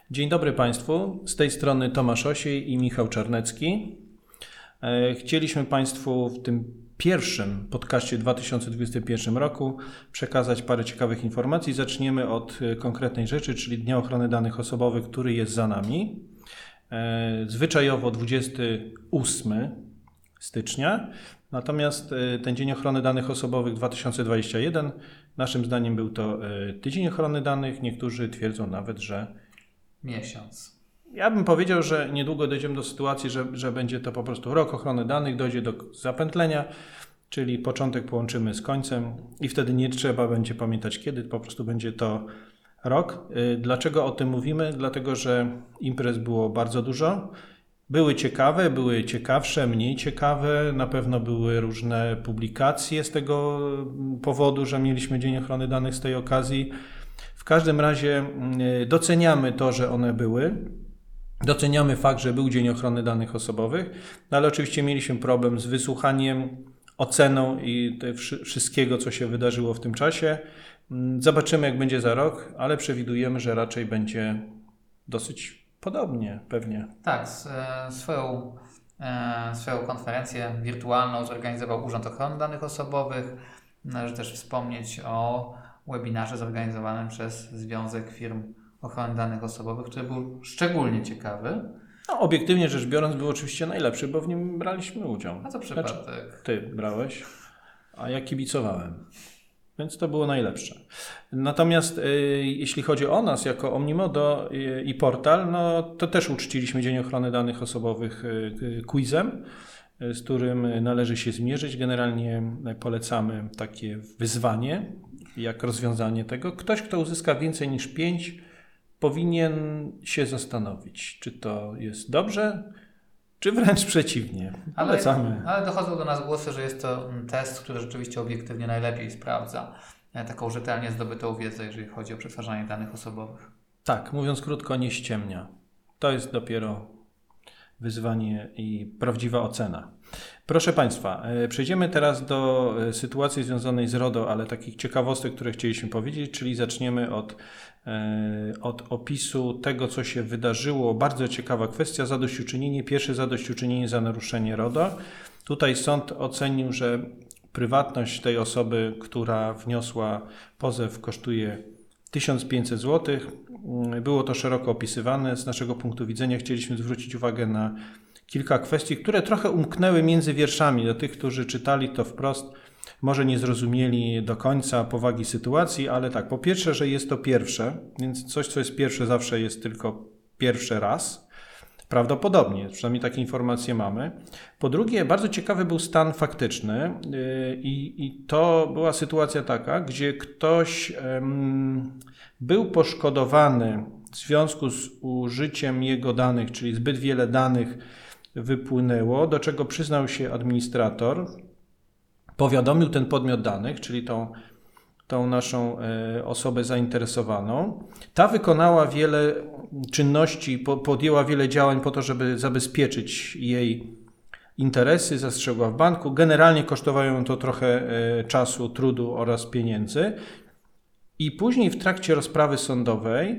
Dzień dobry Państwu, z tej strony Tomasz Osiej i Michał Czarnecki. Chcieliśmy Państwu w tym pierwszym podcaście w 2021 roku przekazać parę ciekawych informacji. Zaczniemy od konkretnej rzeczy, czyli Dnia Ochrony Danych Osobowych, który jest za nami. Zwyczajowo 28 stycznia, natomiast ten Dzień Ochrony Danych Osobowych 2021, naszym zdaniem był to Tydzień Ochrony Danych, niektórzy twierdzą nawet, że miesiąc. Ja bym powiedział, że niedługo dojdziemy do sytuacji, że będzie to po prostu rok ochrony danych, dojdzie do zapętlenia, czyli początek połączymy z końcem i wtedy nie trzeba będzie pamiętać kiedy, po prostu będzie to rok. Dlaczego o tym mówimy? Dlatego, że imprez było bardzo dużo. Były ciekawe, były ciekawsze, mniej ciekawe. Na pewno były różne publikacje z tego powodu, że mieliśmy Dzień Ochrony Danych z tej okazji. W każdym razie doceniamy to, że one były. Doceniamy fakt, że był Dzień Ochrony Danych Osobowych, no ale oczywiście mieliśmy problem z wysłuchaniem, oceną i wszystkiego, co się wydarzyło w tym czasie. Zobaczymy, jak będzie za rok, ale przewidujemy, że raczej będzie dosyć podobnie pewnie. Tak, swoją konferencję wirtualną zorganizował Urząd Ochrony Danych Osobowych. Należy też wspomnieć o webinarze zorganizowanym przez Związek Firm Ochrony Danych Osobowych, który był szczególnie ciekawy. No, obiektywnie rzecz biorąc był oczywiście najlepszy, bo w nim braliśmy udział. A co przypadek? Ty brałeś, a ja kibicowałem. Więc to było najlepsze. Natomiast jeśli chodzi o nas jako Omnimodo i portal, no to też uczciliśmy Dzień Ochrony Danych Osobowych quizem, z którym należy się zmierzyć. Generalnie polecamy takie wyzwanie, jak rozwiązanie tego. Ktoś, kto uzyska więcej niż 5, powinien się zastanowić, czy to jest dobrze, czy wręcz przeciwnie. Polecamy. Ale dochodzą do nas głosy, że jest to test, który rzeczywiście obiektywnie najlepiej sprawdza taką rzetelnie zdobytą wiedzę, jeżeli chodzi o przetwarzanie danych osobowych. Tak, mówiąc krótko, nie ściemnia. To jest dopiero wyzwanie i prawdziwa ocena. Proszę Państwa, przejdziemy teraz do sytuacji związanej z RODO, ale takich ciekawostek, które chcieliśmy powiedzieć, czyli zaczniemy od opisu tego, co się wydarzyło. Bardzo ciekawa kwestia, zadośćuczynienie, pierwsze zadośćuczynienie za naruszenie RODO. Tutaj sąd ocenił, że prywatność tej osoby, która wniosła pozew, kosztuje 1500 zł. Było to szeroko opisywane. Z naszego punktu widzenia chcieliśmy zwrócić uwagę na kilka kwestii, które trochę umknęły między wierszami. Do tych, którzy czytali to wprost, może nie zrozumieli do końca powagi sytuacji, ale tak, po pierwsze, że jest to pierwsze, więc coś, co jest pierwsze, zawsze jest tylko pierwszy raz. Prawdopodobnie, przynajmniej takie informacje mamy. Po drugie, bardzo ciekawy był stan faktyczny i to była sytuacja taka, gdzie ktoś był poszkodowany w związku z użyciem jego danych, czyli zbyt wiele danych wypłynęło, do czego przyznał się administrator, powiadomił ten podmiot danych, czyli tą naszą osobę zainteresowaną. Ta wykonała wiele czynności, podjęła wiele działań po to, żeby zabezpieczyć jej interesy, zastrzegła w banku. Generalnie kosztowało ją to trochę czasu, trudu oraz pieniędzy. I później w trakcie rozprawy sądowej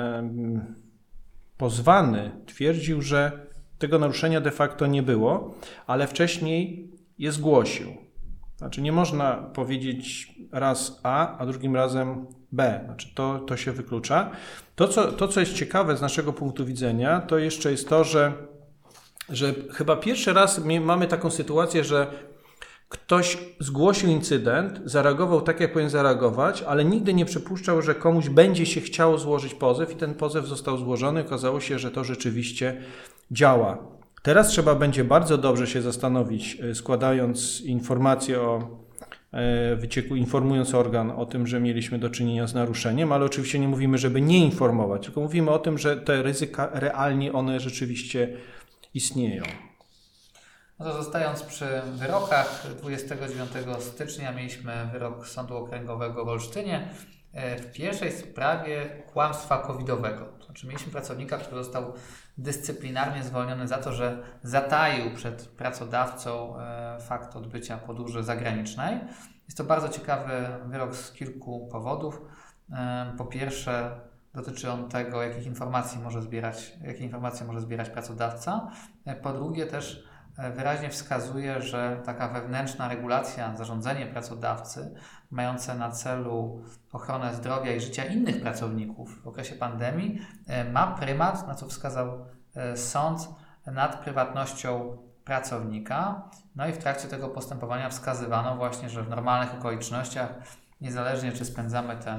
pozwany twierdził, że tego naruszenia de facto nie było, ale wcześniej je zgłosił. Znaczy nie można powiedzieć raz A, a drugim razem B. Znaczy to się wyklucza. To, co jest ciekawe z naszego punktu widzenia, to jeszcze jest to, że chyba pierwszy raz mamy taką sytuację, że ktoś zgłosił incydent, zareagował tak, jak powinien zareagować, ale nigdy nie przypuszczał, że komuś będzie się chciało złożyć pozew i ten pozew został złożony. Okazało się, że to rzeczywiście działa. Teraz trzeba będzie bardzo dobrze się zastanowić, składając informację o wycieku, informując organ o tym, że mieliśmy do czynienia z naruszeniem, ale oczywiście nie mówimy, żeby nie informować, tylko mówimy o tym, że te ryzyka realnie one rzeczywiście istnieją. No to zostając przy wyrokach, 29 stycznia mieliśmy wyrok Sądu Okręgowego w Olsztynie w pierwszej sprawie kłamstwa covidowego. Znaczy mieliśmy pracownika, który został dyscyplinarnie zwolniony za to, że zataił przed pracodawcą fakt odbycia podróży zagranicznej. Jest to bardzo ciekawy wyrok z kilku powodów. Po pierwsze, Dotyczy on tego, jakie informacje może zbierać pracodawca. Po drugie też wyraźnie wskazuje, że taka wewnętrzna regulacja, zarządzenie pracodawcy mające na celu ochronę zdrowia i życia innych pracowników w okresie pandemii ma prymat, na co wskazał sąd, nad prywatnością pracownika. No i w trakcie tego postępowania wskazywano właśnie, że w normalnych okolicznościach, niezależnie czy spędzamy te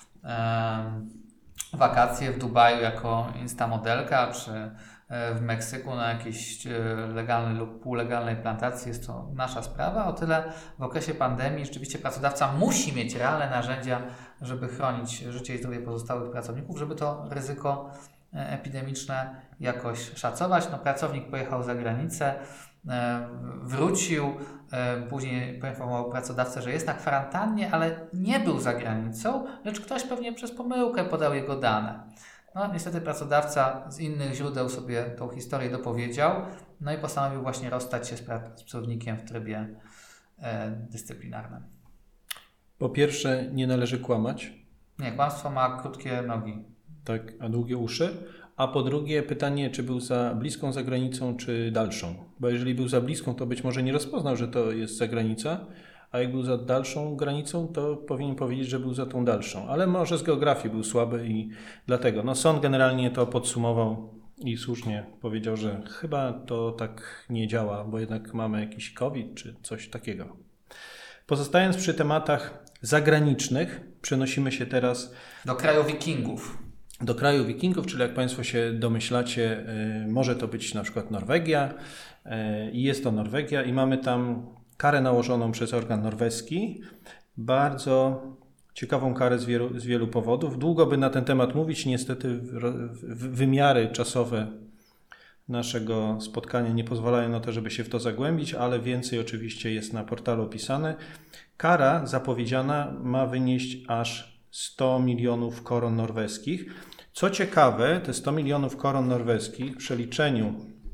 wakacje w Dubaju jako instamodelka, czy w Meksyku na jakiejś legalnej lub półlegalnej plantacji, jest to nasza sprawa. O tyle w okresie pandemii rzeczywiście pracodawca musi mieć realne narzędzia, żeby chronić życie i zdrowie pozostałych pracowników, żeby to ryzyko epidemiczne jakoś szacować. No, pracownik pojechał za granicę, wrócił, później poinformował pracodawcę, że jest na kwarantannie, ale nie był za granicą, lecz ktoś pewnie przez pomyłkę podał jego dane. No niestety pracodawca z innych źródeł sobie tą historię dopowiedział, no i postanowił właśnie rozstać się z pracownikiem w trybie dyscyplinarnym. Po pierwsze, nie należy kłamać. Nie, kłamstwo ma krótkie nogi. Tak, a długie uszy. A po drugie pytanie, czy był za bliską zagranicą, czy dalszą? Bo jeżeli był za bliską, to być może nie rozpoznał, że to jest zagranica, a jak był za dalszą granicą, to powinien powiedzieć, że był za tą dalszą. Ale może z geografii był słaby i dlatego. No sąd generalnie to podsumował i słusznie powiedział, że chyba to tak nie działa, bo jednak mamy jakiś COVID czy coś takiego. Pozostając przy tematach zagranicznych, przenosimy się teraz do kraju Wikingów. Do kraju Wikingów, czyli jak Państwo się domyślacie, może to być na przykład Norwegia i jest to Norwegia i mamy tam karę nałożoną przez organ norweski, bardzo ciekawą karę z wielu powodów. Długo by na ten temat mówić, niestety wymiary czasowe naszego spotkania nie pozwalają na to, żeby się w to zagłębić, ale więcej oczywiście jest na portalu opisane. Kara zapowiedziana ma wynieść aż 100 milionów koron norweskich. Co ciekawe, te 100 milionów koron norweskich w przeliczeniu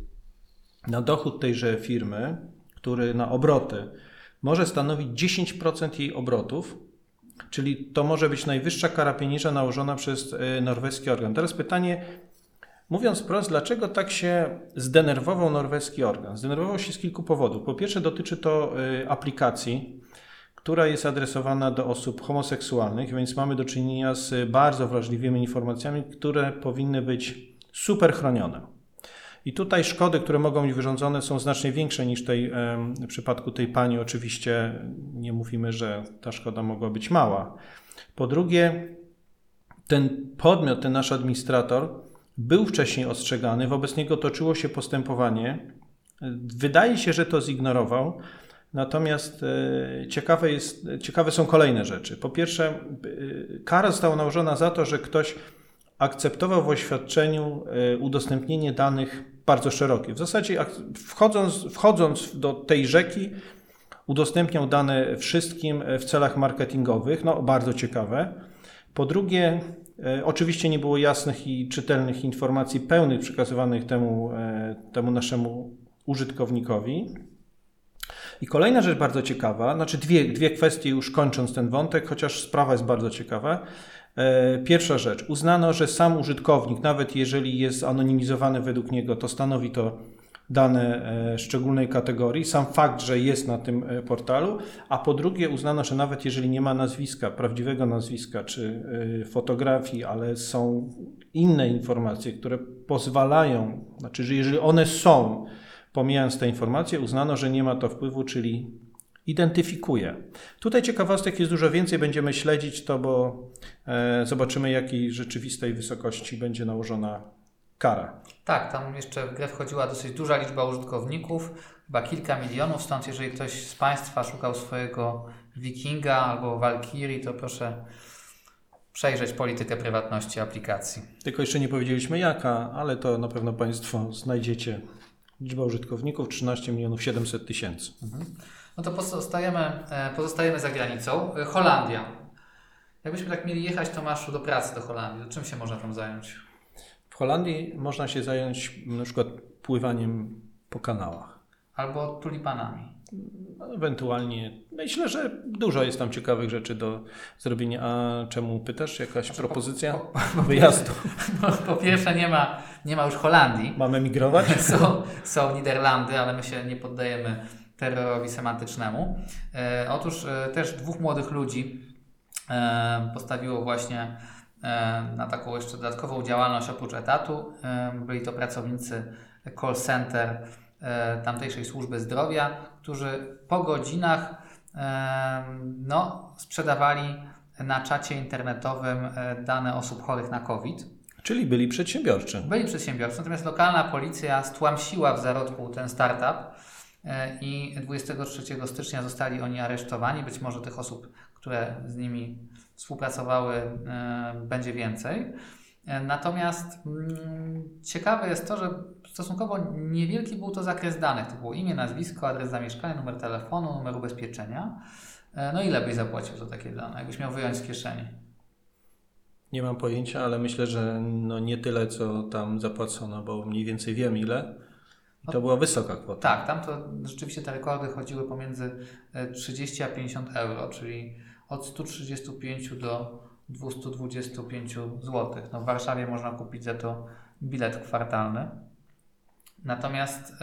na dochód tejże firmy, który na obroty może stanowić 10% jej obrotów, czyli to może być najwyższa kara pieniężna nałożona przez norweski organ. Teraz pytanie, mówiąc wprost, dlaczego tak się zdenerwował norweski organ? Zdenerwował się z kilku powodów. Po pierwsze, dotyczy to aplikacji, która jest adresowana do osób homoseksualnych, więc mamy do czynienia z bardzo wrażliwymi informacjami, które powinny być super chronione. I tutaj szkody, które mogą być wyrządzone, są znacznie większe niż w przypadku tej pani. Oczywiście nie mówimy, że ta szkoda mogła być mała. Po drugie, ten podmiot, ten nasz administrator był wcześniej ostrzegany, wobec niego toczyło się postępowanie. Wydaje się, że to zignorował. Natomiast ciekawe są kolejne rzeczy. Po pierwsze, kara została nałożona za to, że ktoś akceptował w oświadczeniu udostępnienie danych bardzo szerokie. W zasadzie wchodząc do tej rzeki udostępniał dane wszystkim w celach marketingowych. No, bardzo ciekawe. Po drugie, oczywiście nie było jasnych i czytelnych informacji pełnych przekazywanych temu naszemu użytkownikowi. I kolejna rzecz bardzo ciekawa, znaczy dwie kwestie już kończąc ten wątek, chociaż sprawa jest bardzo ciekawa. Pierwsza rzecz, uznano, że sam użytkownik, nawet jeżeli jest anonimizowany według niego, to stanowi to dane szczególnej kategorii, sam fakt, że jest na tym portalu, a po drugie uznano, że nawet jeżeli nie ma nazwiska, prawdziwego nazwiska czy fotografii, ale są inne informacje, które pozwalają, znaczy, że jeżeli one są, pomijając te informacje, uznano, że nie ma to wpływu, czyli identyfikuje. Tutaj ciekawostek jest dużo więcej, będziemy śledzić to, bo zobaczymy, jakiej rzeczywistej wysokości będzie nałożona kara. Tak, tam jeszcze w grę wchodziła dosyć duża liczba użytkowników, chyba kilka milionów, stąd jeżeli ktoś z Państwa szukał swojego Wikinga albo Walkirii, to proszę przejrzeć politykę prywatności aplikacji. Tylko jeszcze nie powiedzieliśmy jaka, ale to na pewno Państwo znajdziecie. Liczba użytkowników 13 700 000. No to pozostajemy za granicą. Holandia. Jakbyśmy tak mieli jechać, Tomaszu, do pracy do Holandii, to czym się można tam zająć? W Holandii można się zająć na przykład pływaniem po kanałach. Albo tulipanami. Ewentualnie myślę, że dużo jest tam ciekawych rzeczy do zrobienia. A czemu pytasz? Jakaś propozycja wyjazdu? Po pierwsze nie ma już Holandii. Mamy migrować? Są Niderlandy, ale my się nie poddajemy terrorowi semantycznemu. Otóż też dwóch młodych ludzi postawiło właśnie na taką jeszcze dodatkową działalność oprócz etatu. Byli to pracownicy call center tamtejszej służby zdrowia, którzy po godzinach sprzedawali na czacie internetowym dane osób chorych na COVID. Czyli byli przedsiębiorczy. Byli przedsiębiorcy, natomiast lokalna policja stłamsiła w zarodku ten startup i 23 stycznia zostali oni aresztowani. Być może tych osób, które z nimi współpracowały, będzie więcej. Natomiast ciekawe jest to, że stosunkowo niewielki był to zakres danych. To było imię, nazwisko, adres zamieszkania, numer telefonu, numer ubezpieczenia. No ile byś zapłacił za takie dane, jakbyś miał wyjąć z kieszeni? Nie mam pojęcia, ale myślę, że nie tyle, co tam zapłacono, bo mniej więcej wiem ile. I to była wysoka kwota. Tak, tam to rzeczywiście te rekordy chodziły pomiędzy 30 a 50 euro, czyli od 135 do 225 zł. No w Warszawie można kupić za to bilet kwartalny. Natomiast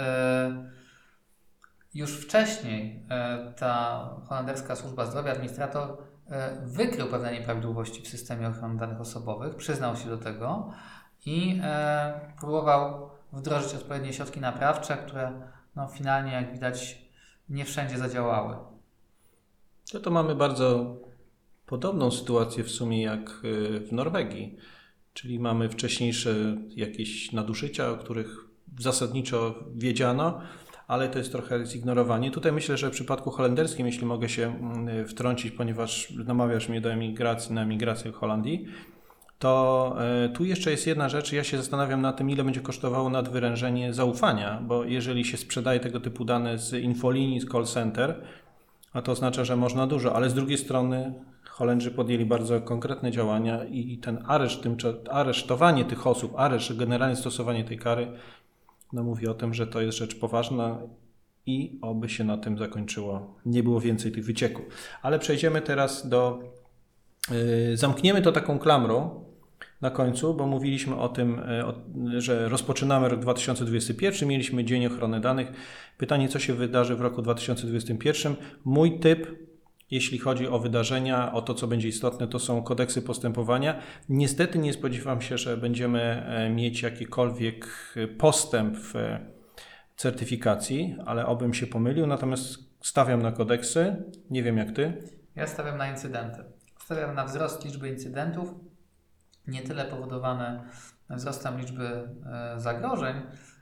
już wcześniej ta holenderska służba zdrowia, administrator wykrył pewne nieprawidłowości w systemie ochrony danych osobowych, przyznał się do tego i próbował wdrożyć odpowiednie środki naprawcze, które finalnie, jak widać, nie wszędzie zadziałały. To mamy bardzo podobną sytuację w sumie jak w Norwegii, czyli mamy wcześniejsze jakieś nadużycia, o których zasadniczo wiedziano, ale to jest trochę zignorowanie. Tutaj myślę, że w przypadku holenderskim, jeśli mogę się wtrącić, ponieważ namawiasz mnie do emigracji, na emigrację w Holandii, to tu jeszcze jest jedna rzecz. Ja się zastanawiam nad tym, ile będzie kosztowało nadwyrężenie zaufania, bo jeżeli się sprzedaje tego typu dane z infolinii, z call center, a to oznacza, że można dużo, ale z drugiej strony Holendrzy podjęli bardzo konkretne działania i ten aresztowanie tych osób, generalnie stosowanie tej kary, mówi o tym, że to jest rzecz poważna i oby się na tym zakończyło. Nie było więcej tych wycieków. Ale przejdziemy teraz zamkniemy to taką klamrą na końcu, bo mówiliśmy o tym, że rozpoczynamy rok 2021, mieliśmy Dzień Ochrony Danych. Pytanie, co się wydarzy w roku 2021? Mój typ, jeśli chodzi o wydarzenia, o to, co będzie istotne, to są kodeksy postępowania. Niestety nie spodziewam się, że będziemy mieć jakikolwiek postęp w certyfikacji, ale obym się pomylił, natomiast stawiam na kodeksy. Nie wiem jak ty. Ja stawiam na incydenty. Stawiam na wzrost liczby incydentów, nie tyle powodowane wzrostem liczby zagrożeń,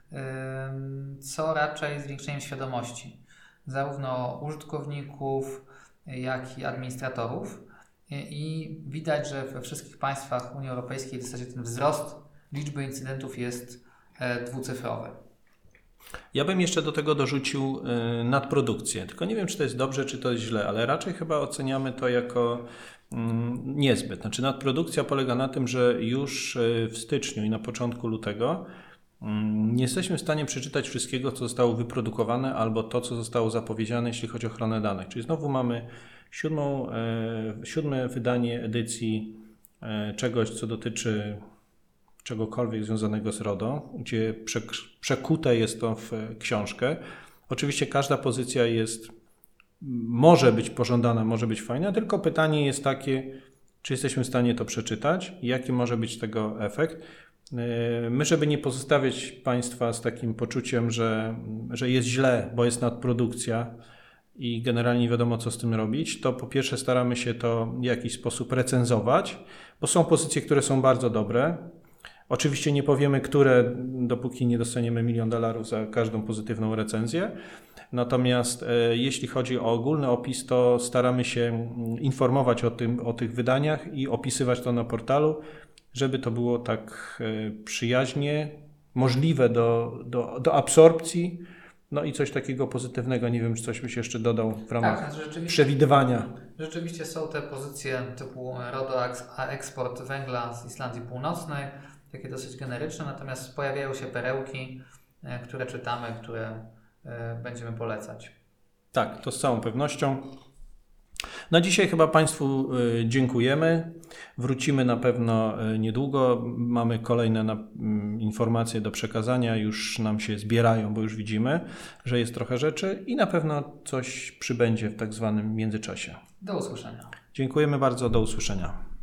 co raczej zwiększeniem świadomości zarówno użytkowników, jak i administratorów. I widać, że we wszystkich państwach Unii Europejskiej w zasadzie ten wzrost liczby incydentów jest dwucyfrowy. Ja bym jeszcze do tego dorzucił nadprodukcję. Tylko nie wiem, czy to jest dobrze, czy to jest źle, ale raczej chyba oceniamy to jako niezbyt. Znaczy nadprodukcja polega na tym, że już w styczniu i na początku lutego nie jesteśmy w stanie przeczytać wszystkiego, co zostało wyprodukowane albo to, co zostało zapowiedziane, jeśli chodzi o ochronę danych. Czyli znowu mamy siódme wydanie edycji czegoś, co dotyczy czegokolwiek związanego z RODO, gdzie przekute jest to w książkę. Oczywiście każda pozycja może być pożądana, może być fajna, tylko pytanie jest takie, czy jesteśmy w stanie to przeczytać i jaki może być tego efekt. My, żeby nie pozostawiać Państwa z takim poczuciem, że jest źle, bo jest nadprodukcja i generalnie nie wiadomo, co z tym robić, to po pierwsze staramy się to w jakiś sposób recenzować, bo są pozycje, które są bardzo dobre. Oczywiście nie powiemy, które, dopóki nie dostaniemy $1 000 000 za każdą pozytywną recenzję. Natomiast jeśli chodzi o ogólny opis, to staramy się informować o tych wydaniach i opisywać to na portalu, żeby to było tak przyjaźnie, możliwe do absorpcji, no i coś takiego pozytywnego. Nie wiem, czy coś byś jeszcze dodał w ramach przewidywania. Rzeczywiście są te pozycje typu RODO, a eksport węgla z Islandii Północnej, takie dosyć generyczne, natomiast pojawiają się perełki, które czytamy, które będziemy polecać. Tak, to z całą pewnością. Na dzisiaj chyba Państwu dziękujemy. Wrócimy na pewno niedługo. Mamy kolejne informacje do przekazania. Już nam się zbierają, bo już widzimy, że jest trochę rzeczy i na pewno coś przybędzie w tak zwanym międzyczasie. Do usłyszenia. Dziękujemy bardzo. Do usłyszenia.